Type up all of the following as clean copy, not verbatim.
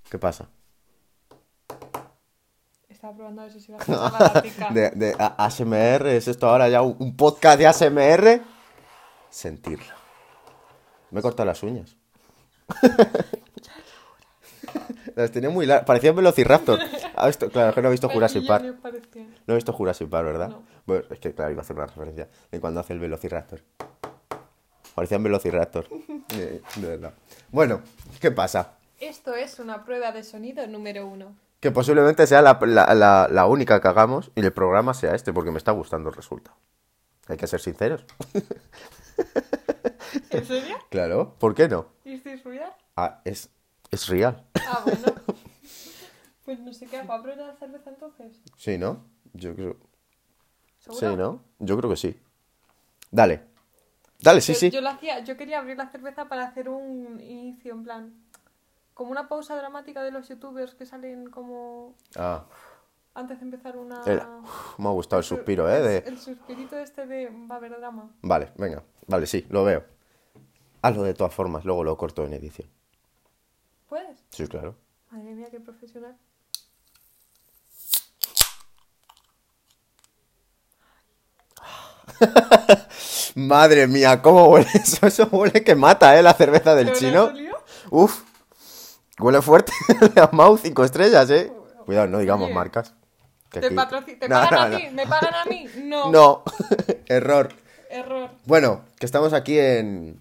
¿Qué pasa? Estaba probando a ver si iba a escuchar la latica. De ASMR, ¿es esto ahora ya un podcast de ASMR? Sentirlo. Me he cortado las uñas. Las tenía muy largas. Parecía un Velociraptor. Claro, es que no he visto Jurassic Aquí ya Park. me parecía. No he visto Jurassic Park, ¿verdad? No. Bueno, es que claro, iba a hacer una referencia de cuando hace el Velociraptor. Parecía un Velociraptor. De verdad. Bueno, ¿qué pasa? Esto es una prueba de sonido número 1. Que posiblemente sea la única que hagamos y el programa sea este, porque me está gustando el resultado. Hay que ser sinceros. ¿En serio? Claro, ¿por qué no? ¿Y estoy real? Ah, es real. Ah, bueno. Pues no sé qué hago. ¿Abro la cerveza entonces? Sí, ¿no? Yo creo. ¿Seguro? Sí, ¿no? Yo creo que sí. Dale. Dale, sí, sí. Yo quería abrir la cerveza para hacer un inicio, en plan, como una pausa dramática de los youtubers que salen como Ah, antes de empezar una... me ha gustado el suspiro, ¿eh? El suspirito este de va a haber drama. Vale, venga. Vale, sí, lo veo. Hazlo de todas formas, luego lo corto en edición. ¿Puedes? Sí, claro. Madre mía, qué profesional. Madre mía, ¿cómo huele eso? Eso huele que mata, ¿eh? La cerveza del ¿Pero chino. la has olido? Uf, huele fuerte. La Mau 5 estrellas, ¿eh? Cuidado, no digamos Oye, marcas. Que ¿Te aquí- pagan No, a no, mí? ¿Me pagan a mí? No. no. Error. Error. Bueno, que estamos aquí en...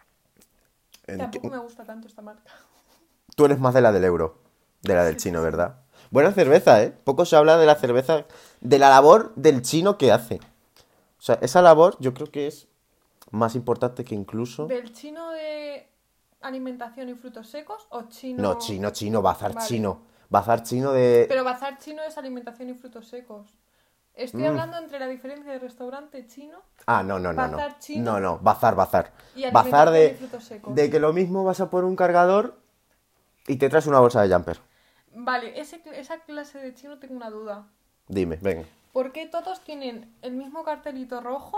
Tampoco me gusta tanto esta marca. Tú eres más de la del euro, de la del chino, ¿verdad? Buena cerveza, ¿eh? Poco se habla de la cerveza, de la labor del chino que hace. O sea, esa labor yo creo que es más importante que incluso... ¿Del chino de alimentación y frutos secos o chino? No, chino, bazar Vale. chino. Bazar chino de... Pero bazar chino es alimentación y frutos secos. Estoy hablando entre la diferencia de restaurante chino Ah, no. Bazar chino. No, bazar. Y Bazar alimentación y frutos secos. de que lo mismo vas a por un cargador y te traes una bolsa de jumper. Vale, esa clase de chino tengo una duda. Dime, venga. ¿Por qué todos tienen el mismo cartelito rojo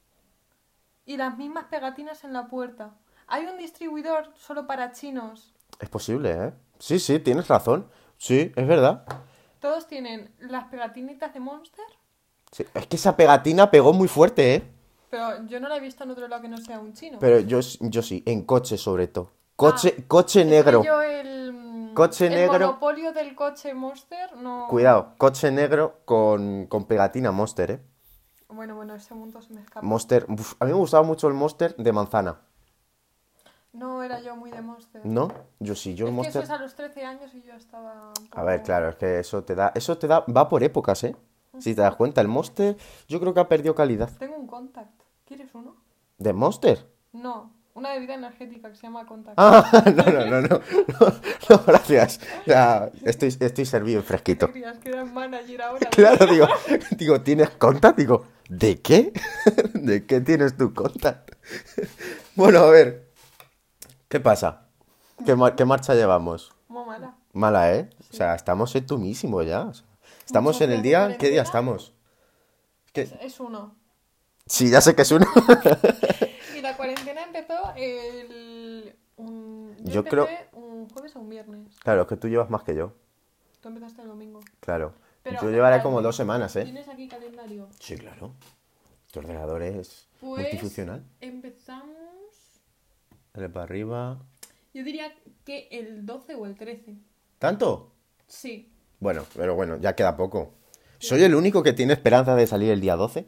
y las mismas pegatinas en la puerta? ¿Hay un distribuidor solo para chinos? Es posible, ¿eh? Sí, tienes razón. Sí, es verdad. ¿Todos tienen las pegatinitas de Monster? Sí, es que esa pegatina pegó muy fuerte, ¿eh? Pero yo no la he visto en otro lado que no sea un chino. Pero yo sí, en coche sobre todo. Coche Es que negro. yo Coche el negro. monopolio del coche Monster no... Cuidado, coche negro con pegatina Monster, ¿eh? Bueno, ese mundo se me escapa. Monster, uf, a mí me gustaba mucho el Monster de manzana. No era yo muy de Monster. ¿No? Yo sí, yo el Es que eso Monster... es a los 13 años y yo estaba un poco... A ver, claro, es que eso te da, va por épocas, ¿eh? Si te das cuenta, el Monster yo creo que ha perdido calidad. Tengo un Contact. ¿Quieres uno? ¿De Monster? No, una bebida energética que se llama Contact. Ah, no, gracias. Ya, estoy servido y fresquito. ¿Qué creías que eras manager ahora? Claro, digo, ¿tienes contact? Digo, ¿de qué? ¿De qué tienes tu contact? Bueno, a ver, ¿qué pasa? ¿Qué marcha llevamos? Muy mala. Mala, ¿eh? O sea, estamos en tumísimo ya. O sea, estamos Muchos en el días de día... ¿Qué día cuarentena. estamos? ¿Qué? Es uno. Sí, ya sé que es uno. Y la cuarentena empezó Yo empecé creo- un jueves o un viernes. Claro, es que tú llevas más que yo. Tú empezaste el domingo. Claro. Pero, Yo llevaré vale, como 2 semanas, ¿eh? ¿Tienes aquí calendario? Sí, claro. Tu ordenador es Pues multifuncional. empezamos... Dale para arriba. Yo diría que el 12 o el 13. ¿Tanto? Sí. Bueno, pero bueno, ya queda poco. ¿Soy el único que tiene esperanza de salir el día 12?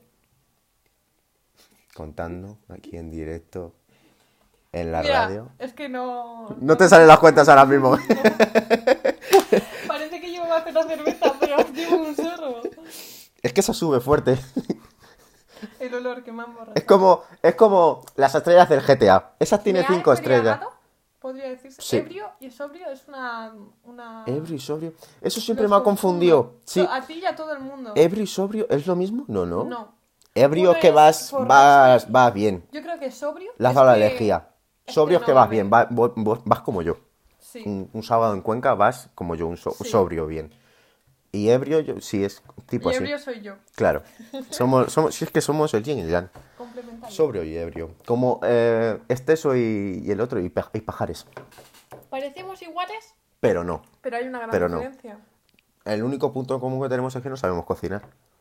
Contando aquí en directo en la Mira, radio. es que no... No te salen las cuentas ahora mismo. Parece que yo me voy a hacer la cerveza, pero llevo un sorro. Es que eso sube fuerte. El olor que me han borrado. Es como las estrellas del GTA. Esas tiene 5 estrellas. Podría decirse. Sí. Ebrio y sobrio es una... Ebrio y sobrio. Eso siempre Los me ha confundo. confundido. Sí. A ti y a todo el mundo. ¿Ebrio y sobrio es lo mismo? No. No. Ebrio Uno es que es vas borracho. bien. Yo creo que sobrio... Le has es dado la que- elegía. es Sobrio es no que vas bebe. bien. Vas como yo. Sí. Un sábado en Cuenca vas como yo, Sí. sobrio bien. Y ebrio, sí es tipo Y así. ebrio soy yo. Claro. Si es que somos el yin y el yang. Complementario. Sobrio y ebrio. Como Esteso y el otro, y Pajares. ¿Parecemos iguales? pero no. Pero hay una gran Pero no. diferencia. El único punto en común que tenemos es que no sabemos cocinar.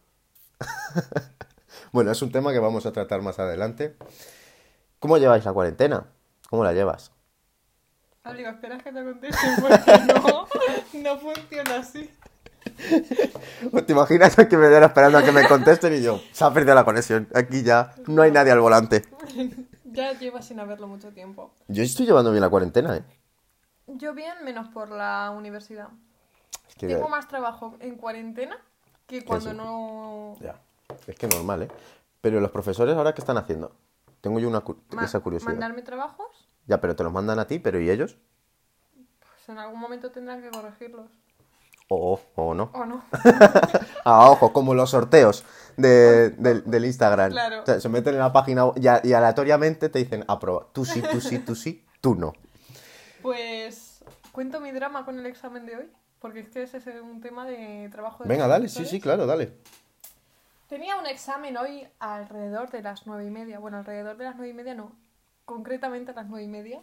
Bueno, es un tema que vamos a tratar más adelante. ¿Cómo lleváis la cuarentena? ¿Cómo la llevas? Digo, esperas que te conteste porque no funciona así. ¿Te imaginas que me diera esperando a que me contesten y yo, se ha perdido la conexión, aquí ya no hay nadie al volante? Ya llevas sin haberlo mucho tiempo. Yo estoy llevando bien la cuarentena, ¿eh? Yo bien, menos por la universidad. Es que Tengo más trabajo en cuarentena que cuando Eso. no... ya, es que normal, ¿eh? Pero los profesores ahora, ¿qué están haciendo? Tengo yo esa curiosidad. ¿Mandarme trabajos? Ya, pero te los mandan a ti, pero ¿y ellos? Pues en algún momento tendrán que corregirlos. O no. ¿O no? Ah, ojo, como los sorteos del Instagram. Claro. O sea, se meten en la página y aleatoriamente te dicen, aproba. Tú sí, tú sí, tú sí, tú no. Pues cuento mi drama con el examen de hoy, porque es que ese es un tema de trabajo de Venga, los dale, sí, profesores. sí, claro, dale. Tenía un examen hoy alrededor de las 9:30. Bueno, alrededor de las 9:30 no, concretamente a las 9:30.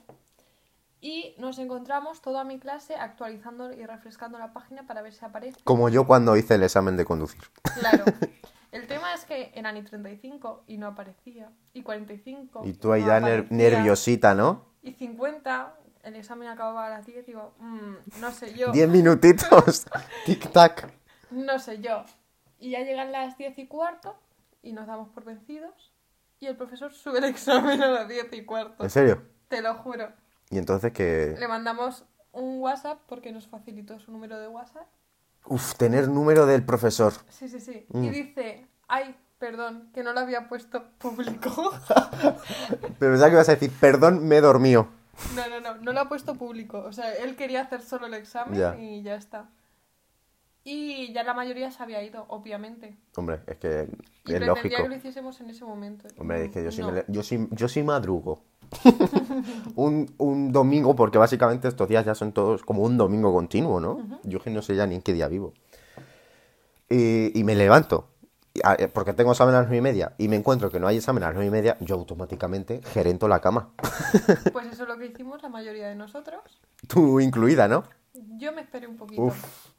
Y nos encontramos toda mi clase actualizando y refrescando la página para ver si aparece. Como yo cuando hice el examen de conducir. Claro. El tema es que eran y 35 y no aparecía. Y 45. Y tú ahí no ya aparecía. nerviosita, ¿no? Y 50, el examen acababa a las 10. Digo, no sé yo. 10 minutitos. Tic-tac. No sé yo. Y ya llegan las 10:15 y nos damos por vencidos. Y el profesor sube el examen a las 10:15. ¿En serio? Te lo juro. Y entonces que... Le mandamos un WhatsApp porque nos facilitó su número de WhatsApp. Uf, tener número del profesor. Sí, sí, sí. Y dice, ay, perdón, que no lo había puesto público. Pero pensaba que ibas a decir, perdón, me he dormido. No lo ha puesto público. O sea, él quería hacer solo el examen Ya. y ya está. Y ya la mayoría se había ido, obviamente. Hombre, es que Y es pretendía lógico. que lo hiciésemos en ese momento. Hombre, es que No. yo sí madrugo. un domingo, porque básicamente estos días ya son todos como un domingo continuo, ¿no? Yo que no sé ya ni en qué día vivo. Y me levanto, porque tengo examen a las 9:30, y me encuentro que no hay examen a las 9:30, yo automáticamente gerento la cama. Pues eso es lo que hicimos la mayoría de nosotros. Tú incluida, ¿no? Yo me esperé un poquito. Uf.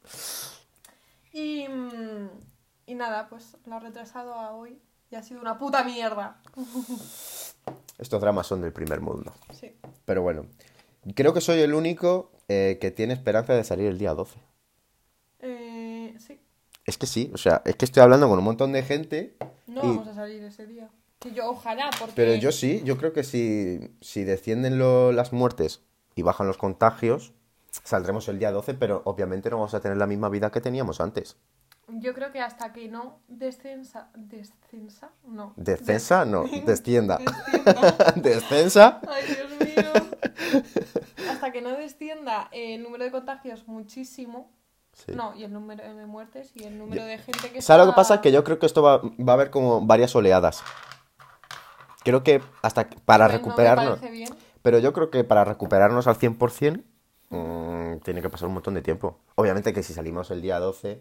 Y nada, pues lo ha retrasado a hoy y ha sido una puta mierda. Estos dramas son del primer mundo. Sí. Pero bueno, creo que soy el único que tiene esperanza de salir el día 12. Sí. Es que sí, o sea, es que estoy hablando con un montón de gente. No y- vamos a salir ese día. Que yo ojalá, porque... Pero yo sí, yo creo que si descienden las muertes y bajan los contagios, saldremos el día 12, pero obviamente no vamos a tener la misma vida que teníamos antes. Yo creo que hasta que no descensa... ¿Descensa? No. ¿Descensa? No, descienda. Descienda. ¿Descensa? Ay, Dios mío. Hasta que no descienda el número de contagios muchísimo. Sí. No, y el número de muertes y el número de gente que ¿Sabes lo que está- pasa? Que yo creo que esto va a haber como varias oleadas. Creo que hasta para Pues no me recuperarnos... parece bien. Pero yo creo que para recuperarnos al 100%, tiene que pasar un montón de tiempo. Obviamente que si salimos el día 12,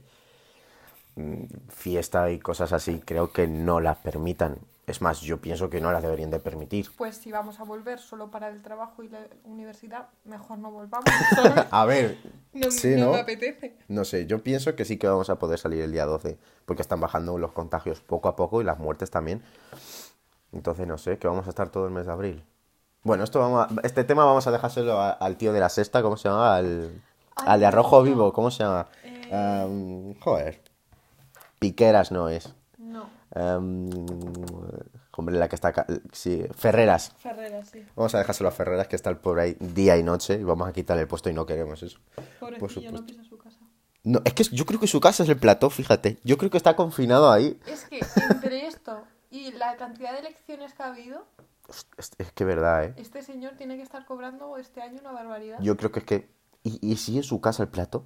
fiesta y cosas así, creo que no las permitan. Es más, yo pienso que no las deberían de permitir. Pues si vamos a volver solo para el trabajo y la universidad, mejor no volvamos. ¿Sabes? A ver, No, sí, no ¿no? me apetece. No sé, yo pienso que sí que vamos a poder salir el día 12, porque están bajando los contagios poco a poco y las muertes también. Entonces, no sé, que vamos a estar todo el mes de abril. Bueno, este tema vamos a dejárselo al tío de la sexta, ¿cómo se llama? Al de Arrojo no. Vivo, ¿cómo se llama? Joder. Piqueras no es. No. Hombre, la que está acá. Sí, Ferreras. Ferreras, sí. Vamos a dejárselo a Ferreras, que está el pobre ahí día y noche, y vamos a quitarle el puesto y no queremos eso. Pobrecillo, supuesto. no pisa su casa. No, es que yo creo que su casa es el plató, fíjate. Yo creo que está confinado ahí. Es que entre esto y la cantidad de elecciones que ha habido, Es que verdad, ¿eh? este señor tiene que estar cobrando este año una barbaridad. Yo creo que es que... ¿Y si es su casa el plato?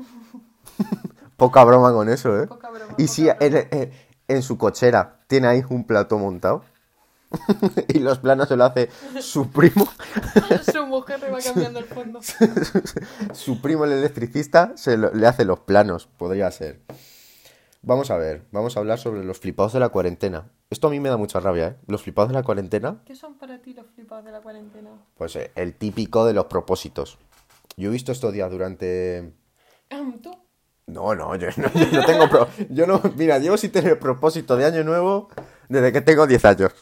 Poca broma con eso, ¿eh? Poca broma, Y poca si broma. en su cochera tiene ahí un plato montado y los planos se lo hace su primo, Su mujer le va cambiando el fondo. su primo el electricista le hace los planos, podría ser. Vamos a ver, vamos a hablar sobre los flipados de la cuarentena. Esto a mí me da mucha rabia, ¿eh? Los flipados de la cuarentena, ¿Qué son para ti los flipados de la cuarentena? pues el típico de los propósitos. Yo he visto estos días durante... ¿Tú? No, no, yo no tengo... Yo no... Mira, llevo sin tener propósito de año nuevo desde que tengo 10 años.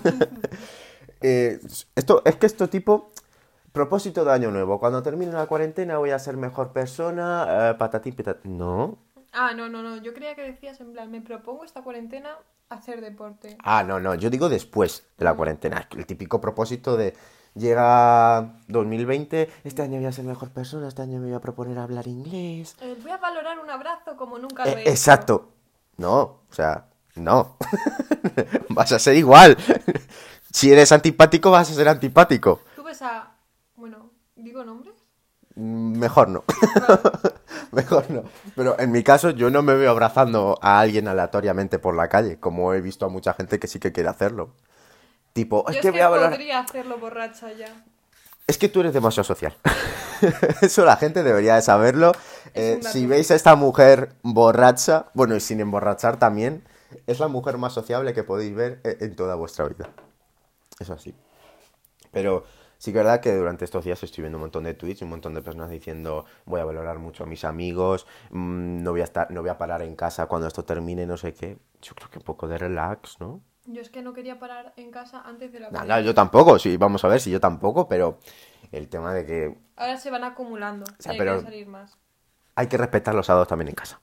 Esto tipo... Propósito de año nuevo. Cuando termine la cuarentena voy a ser mejor persona, patatín, patatín. No. Ah, no. Yo creía que decías en plan, me propongo esta cuarentena hacer deporte. Ah, no. Yo digo después de la cuarentena. El típico propósito de... Llega 2020, este año voy a ser mejor persona, este año me voy a proponer hablar inglés. Voy a valorar un abrazo como nunca lo he hecho. Exacto. No, o sea, no. Vas a ser igual. Si eres antipático, vas a ser antipático. Tú ves a... Bueno, ¿digo nombres? Mejor no. Vale. Mejor no. Pero en mi caso, yo no me veo abrazando a alguien aleatoriamente por la calle, como he visto a mucha gente que sí que quiere hacerlo. Tipo, Yo es que voy a valorar... podría hacerlo borracha ya. Es que tú eres demasiado social. Eso la gente debería de saberlo. Es un dato. Si veis a esta mujer borracha, bueno, y sin emborrachar también, es la mujer más sociable que podéis ver en toda vuestra vida. Eso así. Pero sí que es verdad que durante estos días estoy viendo un montón de tweets y un montón de personas diciendo voy a valorar mucho a mis amigos, no voy a parar en casa cuando esto termine, no sé qué. Yo creo que un poco de relax, ¿no? Yo es que no quería parar en casa antes de la Nada, yo tampoco, sí, vamos a ver si yo tampoco, pero el tema de que Ahora se van acumulando. sea, Y hay pero- que salir más. hay que respetar los sábados también en casa.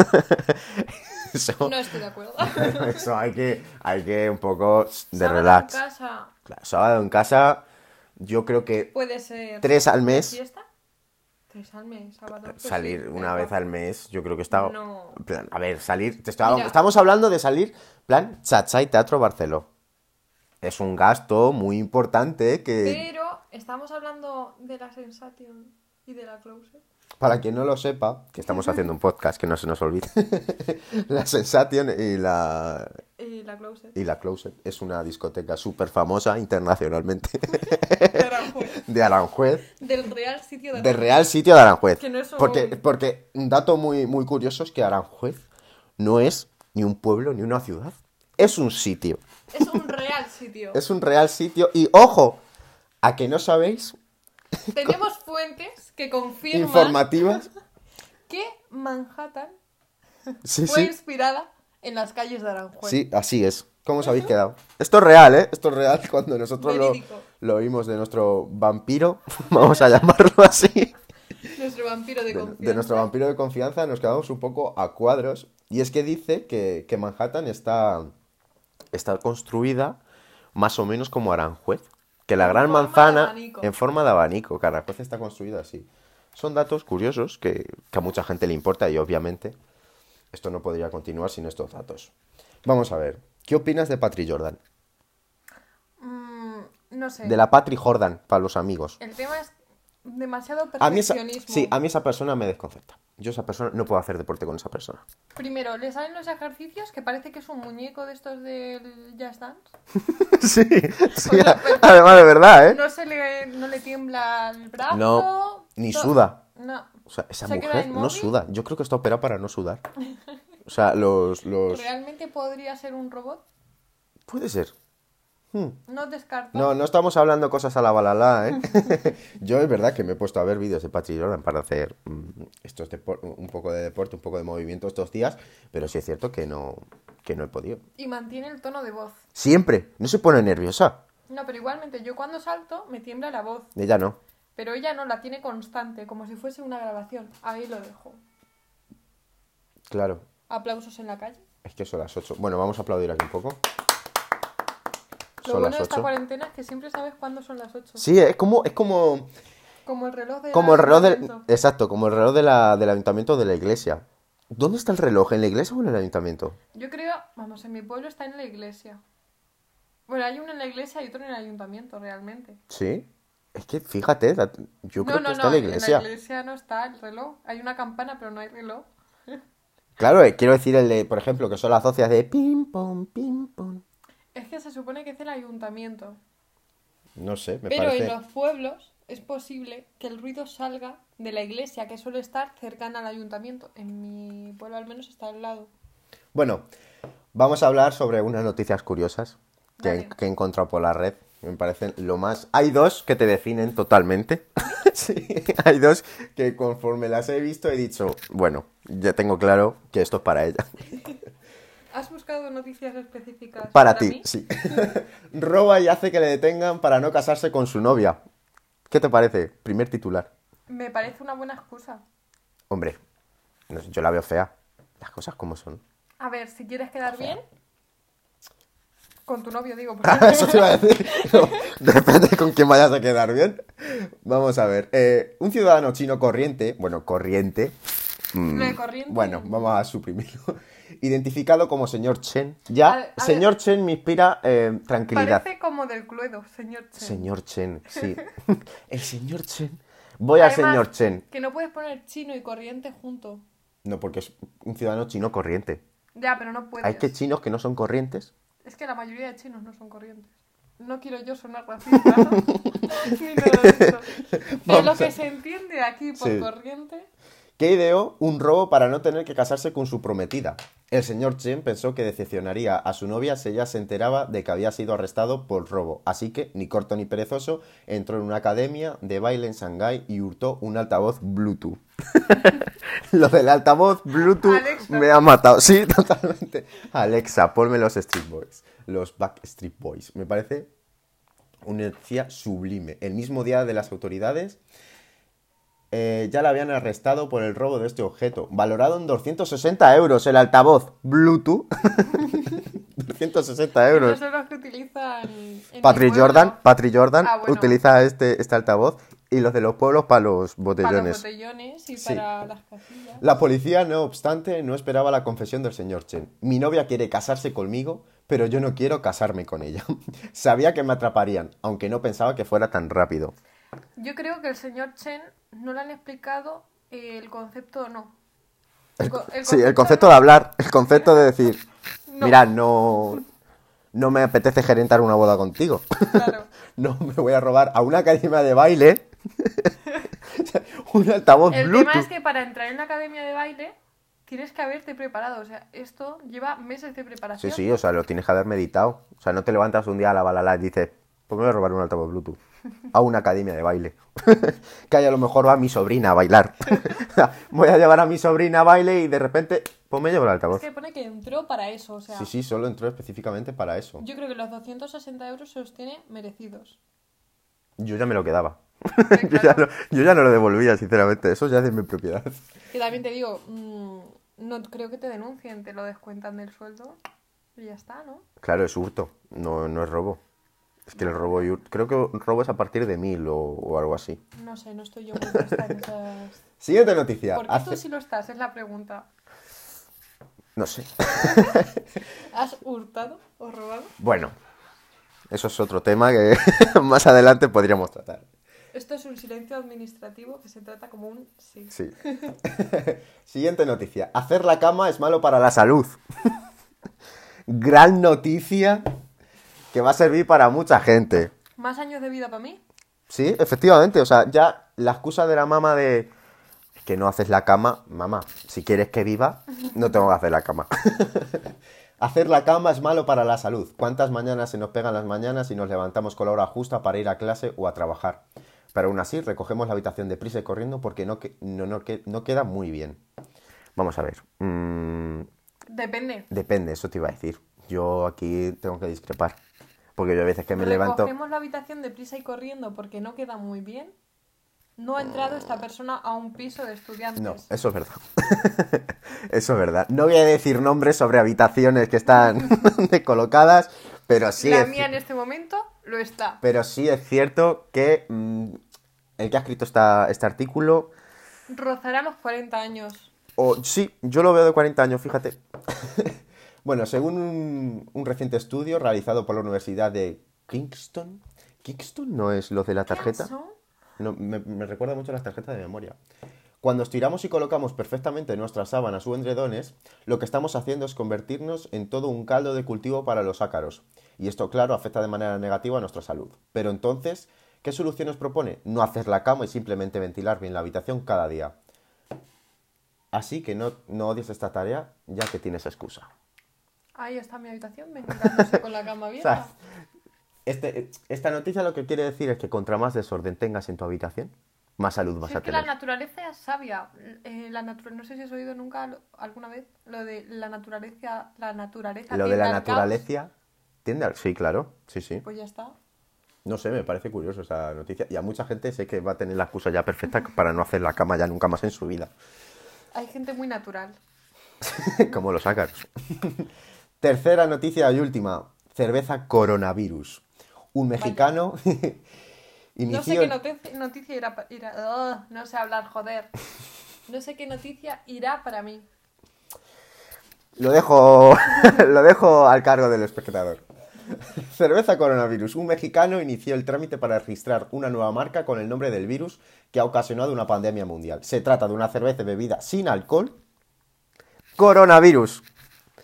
Eso, No estoy de acuerdo. eso hay que un poco de Sábado relax. en casa Claro, sábado en casa, yo creo que puede ser... 3 al mes, ¿Fiesta? 3 al mes, sábado. Pues salir sí, una pero vez al mes, yo creo que está... No. En plan, a ver, salir, Mira. estamos hablando de salir, plan, Chacha y Teatro Barceló. Es un gasto muy importante que, Pero estamos hablando de la Sensation y de la Closet. para quien no lo sepa, que estamos haciendo un podcast, que no se nos olvide, la Sensation Y la Closet. y la Closet es una discoteca súper famosa internacionalmente De Aranjuez. de Aranjuez. Del real sitio de Del real sitio de Aranjuez. Que no es un- Porque un dato muy, muy curioso es que Aranjuez no es ni un pueblo ni una ciudad. Es un sitio. Es un real sitio. Es un real sitio. Y ojo, a que no sabéis, Tenemos fuentes que confirman informativas. que Manhattan Sí, fue sí. inspirada en las calles de Aranjuez. Sí, así es. ¿Cómo os habéis quedado? Esto es real, ¿eh? Esto es real cuando nosotros Verídico. lo oímos de nuestro vampiro, vamos a llamarlo así. Nuestro vampiro de confianza. De nuestro vampiro de confianza nos quedamos un poco a cuadros. Y es que dice que Manhattan está construida más o menos como Aranjuez. Que la En gran forma de manzana abanico. en forma de abanico, que Aranjuez está construida así. Son datos curiosos que a mucha gente le importa y obviamente esto no podría continuar sin estos datos. Vamos a ver, ¿qué opinas de Patri Jordan? No sé. De la Patri Jordan, para los amigos. El tema es demasiado A mí esa, perfeccionismo. sí, a mí esa persona me desconcerta. Yo esa persona no puedo hacer deporte con esa persona. Primero, le salen los ejercicios que parece que es un muñeco de estos del Just Dance. Sí, sí, Pues la- además de verdad, ¿eh? No le tiembla el brazo. No, ni to- suda. No. O sea, esa ¿Se queda mujer no inmóvil? suda. Yo creo que está operada para no sudar. O sea, los... ¿Realmente podría ser un robot? Puede ser. No descarto. No estamos hablando cosas a la balala, ¿eh? Yo es verdad que me he puesto a ver vídeos de Patri Jordan para hacer un poco de deporte, un poco de movimiento estos días, pero sí es cierto que no he podido. Y mantiene el tono de voz. Siempre, no se pone nerviosa. No, pero igualmente, yo cuando salto me tiembla la voz. Ella no. Pero ella no, la tiene constante, como si fuese una grabación. Ahí lo dejo. Claro, Aplausos en la calle. es que son las 8. Bueno, vamos a aplaudir aquí un poco. Lo Son bueno las de esta 8. cuarentena es que siempre sabes cuándo son las 8. Sí, es como Como el reloj de el reloj del... Exacto, como el reloj del ayuntamiento o de la iglesia. ¿Dónde está el reloj? ¿En la iglesia o en el ayuntamiento? Yo creo, vamos, en mi pueblo está en la iglesia. Bueno, hay uno en la iglesia y otro en el ayuntamiento, realmente. ¿Sí? Es que fíjate, yo creo que está en la en iglesia. la iglesia no está el reloj. Hay una campana, pero no hay reloj. Claro, quiero decir el de, por ejemplo, que son las 12 de pim, pom, pim, pom. Es que se supone que es el ayuntamiento. No sé, me Pero parece... en los pueblos es posible que el ruido salga de la iglesia, que suele estar cercana al ayuntamiento. En mi pueblo al menos está al lado. Bueno, vamos a hablar sobre unas noticias curiosas Vale. que he encontrado por la red. Me parecen lo más... Hay dos que te definen totalmente. Sí, hay dos que conforme las he visto he dicho, bueno, ya tengo claro que esto es para ella. ¿Has buscado noticias específicas Para ti, mí? sí. Roba y hace que le detengan para no casarse con su novia. ¿Qué te parece? Primer titular. Me parece una buena excusa. Hombre, no sé, yo la veo fea. Las cosas como son. A ver, si quieres quedar bien, con tu novio digo, Eso te iba a decir. No, depende con quién vayas a quedar bien. Vamos a ver. Un ciudadano chino corriente, bueno, corriente. Lo de corriente. Bueno, vamos a suprimirlo. Identificado como señor Chen. Ya, A señor ver, Chen me inspira tranquilidad. parece como del Cluedo, señor Chen. Señor Chen, sí. El señor Chen. Voy al Además, señor Chen. que no puedes poner chino y corriente juntos. No, porque es un ciudadano chino corriente. Ya, pero no puedes. Hay que chinos que no son corrientes. Es que la mayoría de chinos no son corrientes. No quiero yo sonar racista, ¿no? Ni nada de eso. Pero lo que se entiende aquí por Sí. corriente... Que ideó un robo para no tener que casarse con su prometida. El señor Chen pensó que decepcionaría a su novia si ella se enteraba de que había sido arrestado por robo. Así que, ni corto ni perezoso, entró en una academia de baile en Shanghái y hurtó un altavoz Bluetooth. Lo del altavoz Bluetooth Alexa. me ha matado. Sí, totalmente. Alexa, ponme los Street Boys. Los Backstreet Boys. Me parece una energía sublime. El mismo día de las autoridades... ya la habían arrestado por el robo de este objeto, valorado en 260 euros el altavoz Bluetooth. 260 Esos euros. son los que utilizan en mi Patrick pueblo. Jordan Ah, bueno. utiliza este altavoz y los de los pueblos para los Para botellones. los botellones y Sí. para las casillas. La policía, no obstante, no esperaba la confesión del señor Chen. Mi novia quiere casarse conmigo, pero yo no quiero casarme con ella. Sabía que me atraparían, aunque no pensaba que fuera tan rápido. Yo creo que el señor Chen no le han explicado el concepto no. Sí, el concepto de hablar, el concepto de decir, No. mira, no me apetece gerentar una boda contigo. Claro. No me voy a robar a una academia de baile un altavoz El Bluetooth. tema es que para entrar en la academia de baile tienes que haberte preparado. O sea, esto lleva meses de Sí, preparación. sí, o sea, lo tienes que haber meditado. O sea, no te levantas un día a la balala y dices, pues me voy a robar un altavoz Bluetooth a una academia de baile. Que ahí a lo mejor va mi sobrina a bailar. Voy a llevar a mi sobrina a baile y de repente, pues me llevo el Es altavoz. que pone que entró para eso. O sea, Sí, sí, solo entró específicamente para eso. yo creo que los 260 euros se los tiene merecidos. Yo ya me lo quedaba. Claro. Yo ya no lo devolvía, sinceramente. Eso ya es de mi propiedad. Que también te digo, no creo que te denuncien, te lo descuentan del sueldo y ya está, ¿no? Claro, es hurto, no es robo. Es que el robo y creo que robo es a partir de 1000 o algo así. No sé, no estoy yo muy puesta en esas... Siguiente noticia. ¿Por qué tú sí lo estás? Es la pregunta. No sé. ¿Has hurtado o robado? Bueno, eso es otro tema que más adelante podríamos tratar. Esto es un silencio administrativo que se trata como un sí. Sí. Siguiente noticia. Hacer la cama es malo para la salud. Gran noticia que va a servir para mucha gente. ¿Más años de vida para mí? Sí, efectivamente. O sea, ya la excusa de la mamá de que no haces la cama, mamá, si quieres que viva, no tengo que hacer la cama. Hacer la cama es malo para la salud. ¿Cuántas mañanas se nos pegan las mañanas y nos levantamos con la hora justa para ir a clase o a trabajar? Pero aún así, recogemos la habitación deprisa y corriendo porque no queda muy bien. Vamos a ver. Depende. Depende, eso te iba a decir. Yo aquí tengo que discrepar. Porque yo hay veces que me levanto... Recogemos la habitación deprisa y corriendo porque no queda muy bien. No ha entrado esta persona a un piso de estudiantes. No, eso es verdad. Eso es verdad. No voy a decir nombres sobre habitaciones que están descolocadas, pero sí, La mía en este momento lo está. pero sí es cierto que el que ha escrito este artículo... Rozará los 40 años. Sí, yo lo veo de 40 años, fíjate. Bueno, según un reciente estudio realizado por la Universidad de Kingston... ¿Kingston no es lo de la tarjeta? ¿Qué son? No, me recuerda mucho a las tarjetas de memoria. Cuando estiramos y colocamos perfectamente nuestras sábanas o edredones, lo que estamos haciendo es convertirnos en todo un caldo de cultivo para los ácaros. Y esto, claro, afecta de manera negativa a nuestra salud. Pero entonces, ¿qué solución nos propone? No hacer la cama y simplemente ventilar bien la habitación cada día. Así que no odies esta tarea, ya que tienes excusa. Ahí está mi habitación, ventilándose con la cama O sea, abierta. Esta noticia lo que quiere decir es que contra más desorden tengas en tu habitación, más salud vas Si a es que tener. la naturaleza es sabia. No sé si has oído nunca alguna vez lo de la naturaleza Lo de tiende la al caos. naturaleza tiende al... Sí, claro, sí. Pues ya está. No sé, me parece curioso esa noticia. Y a mucha gente sé que va a tener la excusa ya perfecta para no hacer la cama ya nunca más en su vida. Hay gente muy natural. Como los ácaros. Tercera noticia y última. Cerveza coronavirus. Un mexicano No sé inició... qué noticia irá. No sé hablar, joder. No sé qué noticia irá para mí. Lo dejo, lo dejo al cargo del espectador. Cerveza coronavirus. Un mexicano inició el trámite para registrar una nueva marca con el nombre del virus que ha ocasionado una pandemia mundial. Se trata de una cerveza bebida sin alcohol. Coronavirus.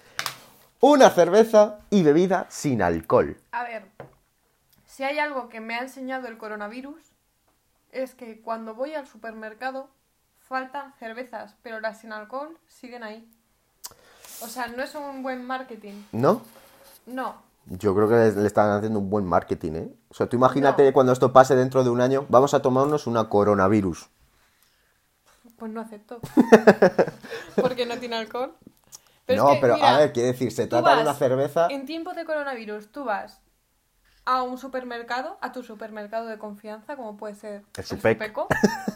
Una cerveza y bebida sin alcohol. A ver, si hay algo que me ha enseñado el coronavirus, es que cuando voy al supermercado faltan cervezas, pero las sin alcohol siguen ahí. O sea, no es un buen marketing. ¿No? No. Yo creo que le están haciendo un buen marketing, ¿eh? O sea, tú imagínate No. cuando esto pase dentro de un año, vamos a tomarnos una coronavirus. Pues no acepto. Porque no tiene alcohol. No, es que, pero mira, a ver, quiere decir, se tú trata de vas una cerveza... En tiempos de coronavirus, tú vas a un supermercado, a tu supermercado de confianza, como puede ser El Supec. Supeco,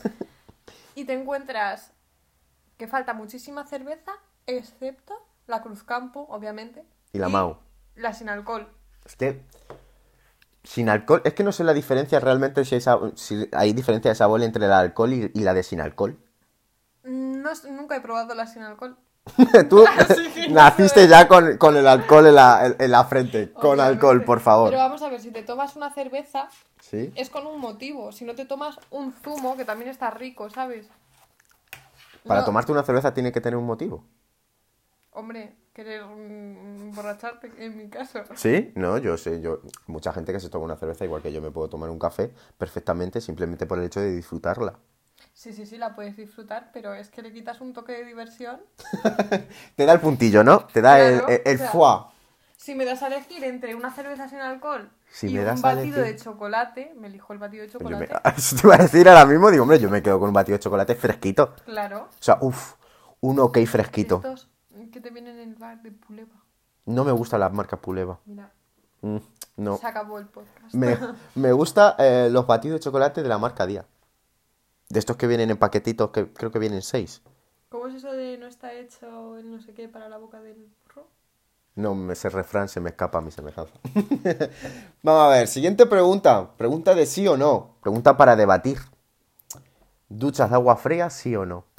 y te encuentras que falta muchísima cerveza, excepto la Cruzcampo, obviamente. Y la Mau. La sin alcohol. Es que... Sin alcohol... Es que no sé la diferencia realmente si hay diferencia de sabor entre el alcohol y la de sin alcohol. Nunca he probado la sin alcohol. Tú Así que no naciste sé. ya con el alcohol en la frente. Con Obviamente. alcohol, por favor. Pero vamos a ver, si te tomas una cerveza, ¿Sí? es con un motivo. Si no te tomas un zumo, que también está rico, ¿sabes? Para No, tomarte una cerveza tiene que tener un motivo. Hombre, querer emborracharte, en mi caso. ¿Sí? No, yo sé, mucha gente que se toma una cerveza, igual que yo me puedo tomar un café perfectamente, simplemente por el hecho de disfrutarla. Sí, la puedes disfrutar, pero es que le quitas un toque de diversión. Te da el puntillo, ¿no? Te da Claro, el o sea, foie. Si me das a elegir entre una cerveza sin alcohol Si y me das un a batido elegir- de chocolate, me elijo el batido de Pues yo chocolate. Te iba a decir ahora mismo, digo, hombre, yo me quedo con un batido de chocolate fresquito. Claro. O sea, un ok fresquito. Estos que te vienen en el bar de Puleva. No me gustan las marcas Puleva. Mira, No. se acabó el podcast. Me gusta los batidos de chocolate de la marca Día. De estos que vienen en paquetitos, que creo que vienen 6. ¿Cómo es eso de no está hecho el no sé qué para la boca del burro? No, ese refrán se me escapa a mi semejanza. Vamos a ver, siguiente pregunta. Pregunta de sí o no. Pregunta para debatir. ¿Duchas de agua fría, sí o no?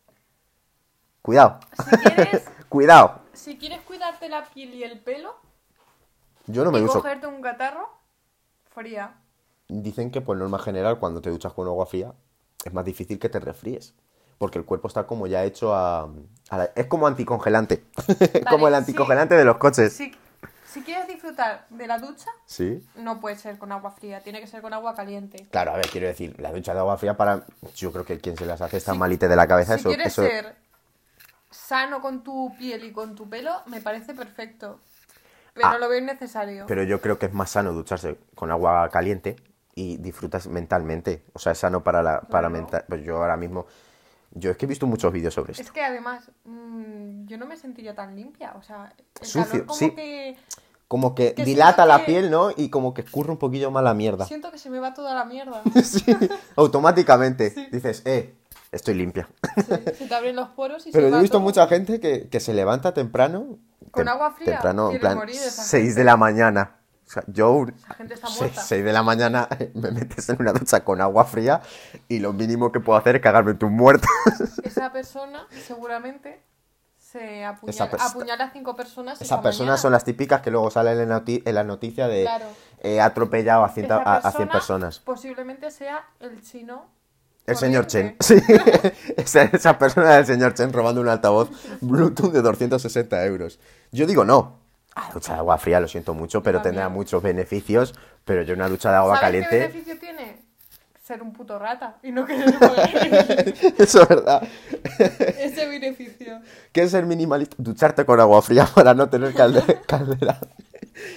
Cuidado. Si quieres, Cuidado. si quieres cuidarte la piel y el pelo Yo no me y ducho. cogerte un catarro, fría. Dicen que por norma general, cuando te duchas con agua fría, es más difícil que te resfríes. Porque el cuerpo está como ya hecho es como anticongelante. Como el Vale, anticongelante de los coches. Si quieres disfrutar de la ducha, Sí. no puede ser con agua fría, tiene que ser con agua caliente. Claro, a ver, quiero decir, la ducha de agua fría para... Yo creo que quien se las hace está Si- malite de la cabeza. Si quieres eso... ser sano con tu piel y con tu pelo, me parece perfecto. Pero Ah. lo veo innecesario. Pero yo creo que es más sano ducharse con agua caliente y disfrutas mentalmente. O sea, es sano para Claro. mental. Pues yo ahora mismo... Yo es que he visto muchos vídeos sobre esto. Es que además, yo no me sentiría tan limpia. O sea, el Sucio, calor como sí. que... Como que que dilata siento la que- piel, ¿no? Y como que escurre un poquillo más la mierda. Siento que se me va toda la mierda. Sí, automáticamente. Sí. Dices, estoy limpia. Se te abren los poros y Pero se yo va he visto todo. mucha gente que se levanta temprano. ¿Con agua fría? Temprano, en Quiere plan, morir esa 6 gente. de la mañana. O sea, yo... Esa gente está muerta. 6 de la mañana me metes en una ducha con agua fría y lo mínimo que puedo hacer es cagarme en tus muertos. Esa persona seguramente se Esa pers- apuñala a 5 personas Esas esa personas mañana. son las típicas que luego salen en la noticia de Claro. atropellado a 100, Esa a 100 persona personas. Posiblemente sea el chino. El señor Chen. corriente. Sí, esa persona del señor Chen robando un altavoz Bluetooth de 260 euros. Yo digo no. La ducha de agua fría, lo siento mucho, pero También. tendrá muchos beneficios. Pero yo una ducha de agua ¿Sabes caliente... qué beneficio tiene? Ser un puto rata y no querer pagar Eso es verdad. ese beneficio. ¿Qué es ser minimalista? Ducharte con agua fría para no tener caldera.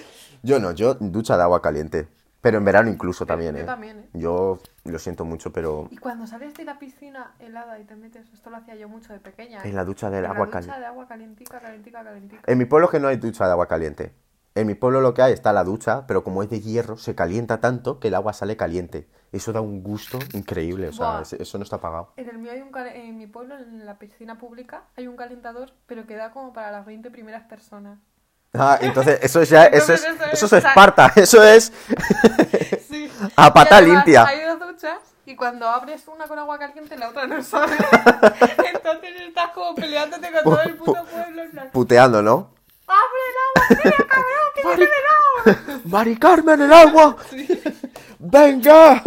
Yo no, yo ducha de agua caliente. Pero en verano incluso también, Yo ¿eh? también, ¿eh? Yo lo siento mucho, pero Y cuando sales de la piscina helada y te metes, esto lo hacía yo mucho de pequeña, ¿eh? en la ducha del En agua la caliente. ducha de agua calentica, calentica, calentica. En mi pueblo es que no hay ducha de agua caliente. En mi pueblo lo que hay está la ducha, pero como es de hierro, se calienta tanto que el agua sale caliente. Eso da un gusto increíble, o sea, Buah. eso no está pagado. En el mío hay en mi pueblo, en la piscina pública, hay un calentador, pero que da como para las 20 primeras personas. Ah, entonces eso ya, Entonces eso es Esparta, eso es Sí. a pata Y además, limpia. hay dos duchas y cuando abres una con agua caliente, la otra no sale. Entonces estás como peleándote con todo el puto pueblo. En plan, Puteando, ¿no? ¡abre el agua! ¡Tira, cabrón! ¡Que no tiene el agua! ¡Mari Carmen, el agua! ¡Venga!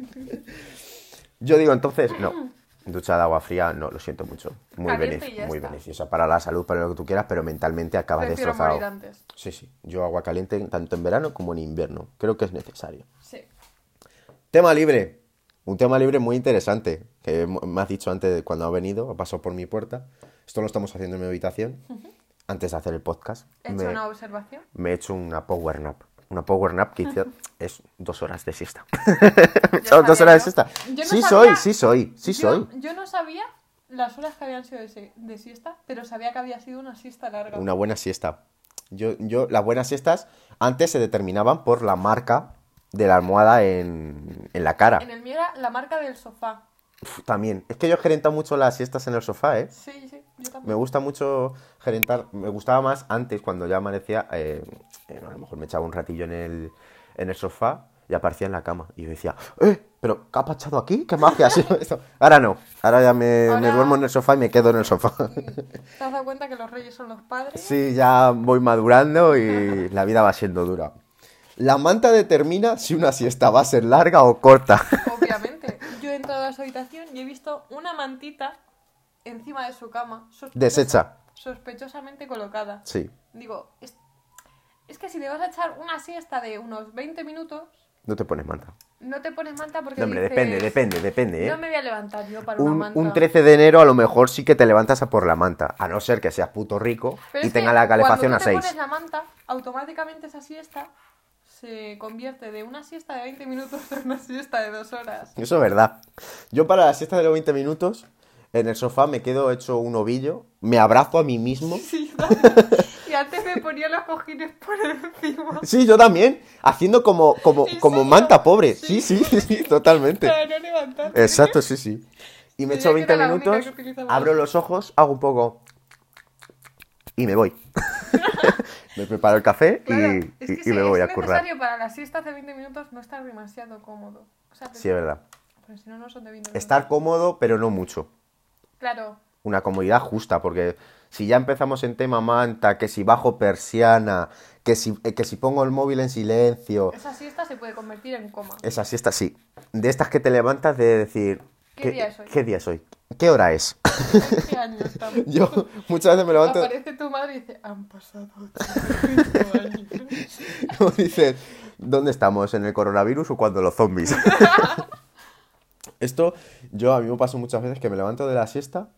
Yo digo entonces, no. Ducha de agua fría, no, lo siento mucho. Muy, Caliente y ya muy está. beneficiosa para la salud, para lo que tú quieras, pero mentalmente acabas Prefiero morir destrozado. antes. Sí, sí. Yo agua caliente tanto en verano como en invierno. Creo que es necesario. Sí. Tema libre. Un tema libre muy interesante. Que me has dicho antes cuando ha venido, ha pasado por mi puerta. Esto lo estamos haciendo en mi habitación. Antes de hacer el podcast. He hecho una observación. Me he hecho una power nap. Una power nap que es 2 horas de siesta. Yo Me he echado 2 sabía horas de yo. siesta. Yo no Sí sabía- soy. Yo no sabía las horas que habían sido de siesta, pero sabía que había sido una siesta larga. Una buena siesta. Las buenas siestas antes se determinaban por la marca de la almohada en la cara. En el mío era la marca del sofá. También. Es que yo he gerentado mucho las siestas en el sofá, ¿eh? Sí, sí, yo Me también. gusta mucho gerentar. Me gustaba más antes, cuando ya amanecía. A lo mejor me echaba un ratillo en el sofá y aparecía en la cama. Y yo decía, ¿pero qué ha pasado aquí? ¿Qué magia ha sido esto? Ahora no. Ahora ya me Ahora- duermo en el sofá y me quedo en el sofá. ¿Te has dado cuenta que los reyes son los padres? Sí, ya voy madurando y la vida va siendo dura. La manta determina si una siesta va a ser larga o corta. Obviamente. Yo he entrado a su habitación y he visto una mantita encima de su cama. Deshecha. Sospechosamente colocada. Sí. Digo, es que si te vas a echar una siesta de unos 20 minutos, No te pones manta. no te pones manta porque No, hombre, dices, depende, ¿eh? no me voy a levantar yo para una manta. Un 13 de enero a lo mejor sí que te levantas a por la manta. A no ser que seas puto rico Pero y es que tenga la calefacción cuando a tú te 6. pones la manta, automáticamente esa siesta se convierte de una siesta de 20 minutos a una siesta de 2 horas. Eso es verdad. Yo para la siesta de los 20 minutos, en el sofá me quedo hecho un ovillo, me abrazo a mí mismo. Sí, ¿sabes? Y antes me ponía los cojines por encima. Sí, yo también, haciendo como ¿En como serio? manta pobre. Sí. Sí, totalmente. Para no levantarse. Exacto, sí. Y me Creía echo que 20 era la única minutos, que utilizaba abro eso. los ojos, hago un poco y me voy. Me preparo el café Claro, y, es que y si me voy es a currar. necesario para la siesta de 20 minutos no estar demasiado cómodo. O sea, Sí, es verdad. porque si no, no son de 20 minutos. Estar cómodo, pero no mucho. Claro. Una comodidad justa, porque si ya empezamos en tema manta, que si bajo persiana, que si pongo el móvil en silencio, Esa siesta se puede convertir en coma. esa siesta sí. De estas que te levantas de decir... ¿Qué día es hoy? ¿Qué día es hoy? ¿Qué hora es? ¿En qué año estamos? Yo muchas veces me levanto... Aparece tu madre y dice, han pasado 85 años. Como dices, ¿dónde estamos? ¿En el coronavirus o cuando los zombies? Esto, a mí me pasa muchas veces que me levanto de la siesta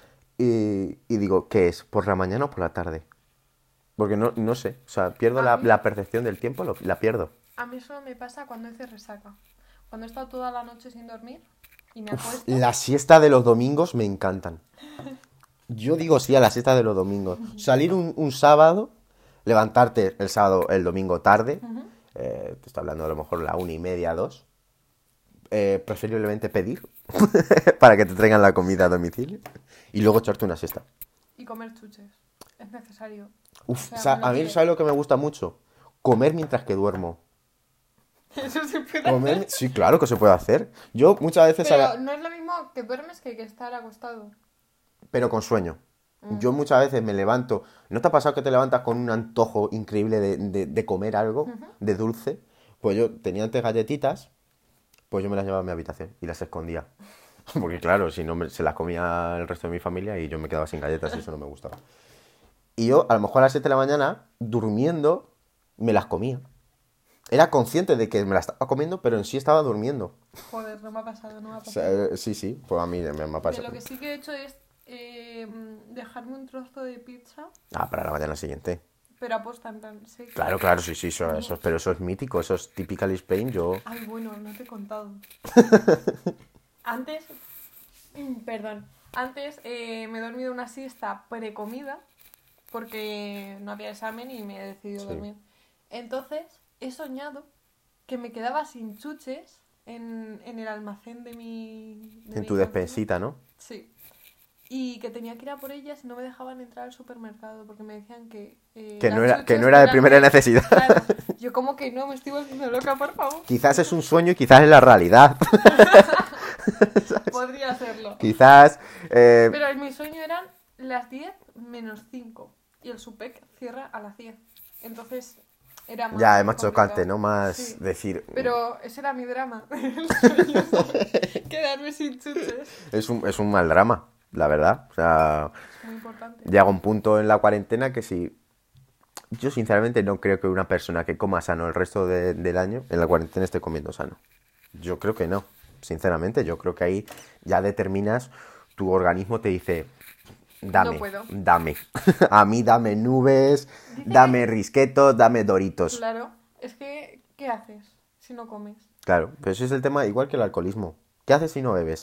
y digo, ¿qué es? ¿Por la mañana o por la tarde? Porque no sé, o sea, pierdo A mí- la percepción del tiempo, la pierdo. A mí eso me pasa cuando hice resaca. Cuando he estado toda la noche sin dormir y me acuesto. La siesta de los domingos me encantan. Yo digo sí a la siesta de los domingos. Salir un sábado, levantarte el domingo tarde, te estoy hablando a lo mejor la 1:30, 2. Preferiblemente pedir para que te traigan la comida a domicilio y luego echarte una siesta. Y comer chuches. Es necesario. Uf, O sea, me lo a mí, diré. ¿sabes lo que me gusta mucho? Comer mientras que duermo. Eso se puede Comer, hacer. sí, claro que se puede hacer. Yo muchas veces, Pero no es lo mismo que duermes que estar acostado. pero con sueño. Yo muchas veces me levanto. ¿No te ha pasado que te levantas con un antojo increíble de comer algo, de dulce? Pues yo tenía antes galletitas, pues yo me las llevaba a mi habitación y las escondía. Porque claro, si no se las comía el resto de mi familia y yo me quedaba sin galletas y eso no me gustaba. Y yo, a lo mejor a las 7 de la mañana, durmiendo, me las comía. Era consciente de que me las estaba comiendo, pero en sí estaba durmiendo. Joder, no me ha pasado, no me ha O pasado. sea, sí, pues a mí me ha De pasado. lo que sí que he hecho es dejarme un trozo de pizza Ah, para la mañana siguiente. Pero aposta, en plan, sí. Claro, claro, sí, sí, pero eso es mítico, eso es typical Spain, yo... Ay, bueno, no te he contado. Antes, perdón, antes me he dormido una siesta precomida porque no había examen y me he decidido Sí. dormir. Entonces, he soñado que me quedaba sin chuches en el almacén de mi... En mi tu cocina. despensita, ¿no? Sí. Y que tenía que ir a por ellas y no me dejaban entrar al supermercado porque me decían que... Que no las que no chuches era de eran primera necesidad. Claro. Yo como que no, me estoy volviendo loca, por favor. Quizás es un sueño y quizás es la realidad. Podría serlo. Quizás... Pero en mi sueño eran las 10 menos 5 y el SUPEC cierra a las 10. Entonces era más Ya, es más complicado. chocante, ¿no? Más Sí. decir... Pero ese era mi drama. El sueño, ¿sabes? Quedarme sin chuches. Es un mal drama, la verdad. O sea, Es muy importante. llega un punto en la cuarentena que si... Yo sinceramente no creo que una persona que coma sano el resto del año en la cuarentena esté comiendo sano. Yo creo que no. Sinceramente, yo creo que ahí ya determinas, tu organismo te dice, dame, No puedo. dame. A mí dame nubes, dame risquetos, dame doritos. Claro. Es que, ¿qué haces si no comes? Claro, pero ese es el tema igual que el alcoholismo. ¿Qué haces si no bebes?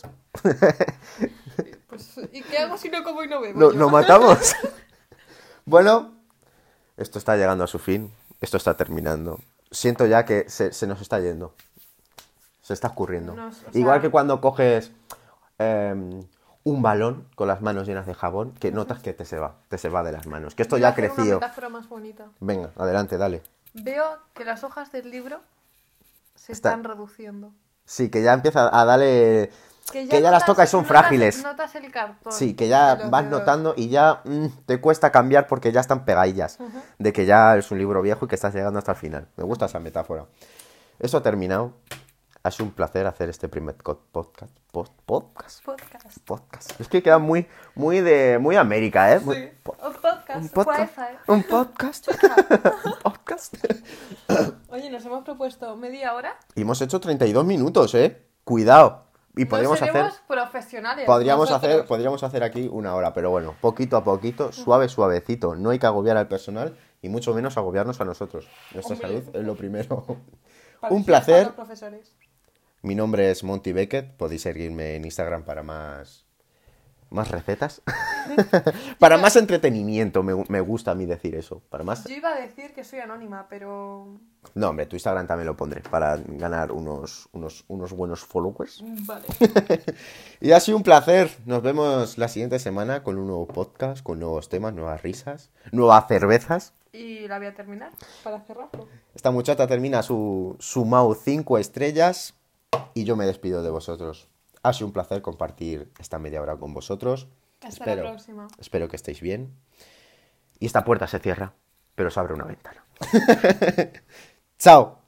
Pues, ¿y qué hago si no como y no bebo? ¿Lo, yo? lo matamos? Bueno, esto está llegando a su fin. Esto está terminando. Siento ya que se nos está yendo. Se está escurriendo. O sea, Igual que cuando coges un balón con las manos llenas de jabón, que notas que te se va de las manos. Que esto voy ya a ha hacer una crecido. metáfora más bonita. Venga, adelante, dale. Veo que las hojas del libro se Está- están reduciendo. Sí, que ya empieza a darle... Que ya las notas- tocas y son frágiles. Notas el cartón. Sí, que ya de los vas dedos. notando y ya te cuesta cambiar porque ya están pegadillas. De que ya es un libro viejo y que estás llegando hasta el final. Me gusta esa metáfora. Eso ha terminado. Ha sido un placer hacer este primer podcast. Podcast. Es que queda muy América, ¿eh? Muy- Sí. Un podcast. un podcast. Wi-Fi. Un podcast. Un podcast. Oye, nos hemos propuesto media hora. Y hemos hecho 32 minutos, ¿eh? Cuidado. Y podríamos no hacer... seremos profesionales. nosotros. Podríamos hacer aquí una hora, pero bueno, poquito a poquito, suavecito. No hay que agobiar al personal y mucho menos agobiarnos a nosotros. Nuestra Hombre. salud es lo primero. Para Un eso están placer. los profesores. Mi nombre es Monty Beckett. Podéis seguirme en Instagram para más recetas. Para más entretenimiento, me gusta a mí decir eso. Para más... Yo iba a decir que soy anónima, pero... No, hombre, tu Instagram también lo pondré para ganar unos buenos followers. Vale. Y ha sido un placer. Nos vemos la siguiente semana con un nuevo podcast, con nuevos temas, nuevas risas, nuevas cervezas. Y la voy a terminar para cerrarlo. Esta muchacha termina su Mau 5 estrellas y yo me despido de vosotros. Ha sido un placer compartir esta media hora con vosotros. Hasta la próxima. Espero que estéis bien. Y esta puerta se cierra, pero se abre una ventana. Chao.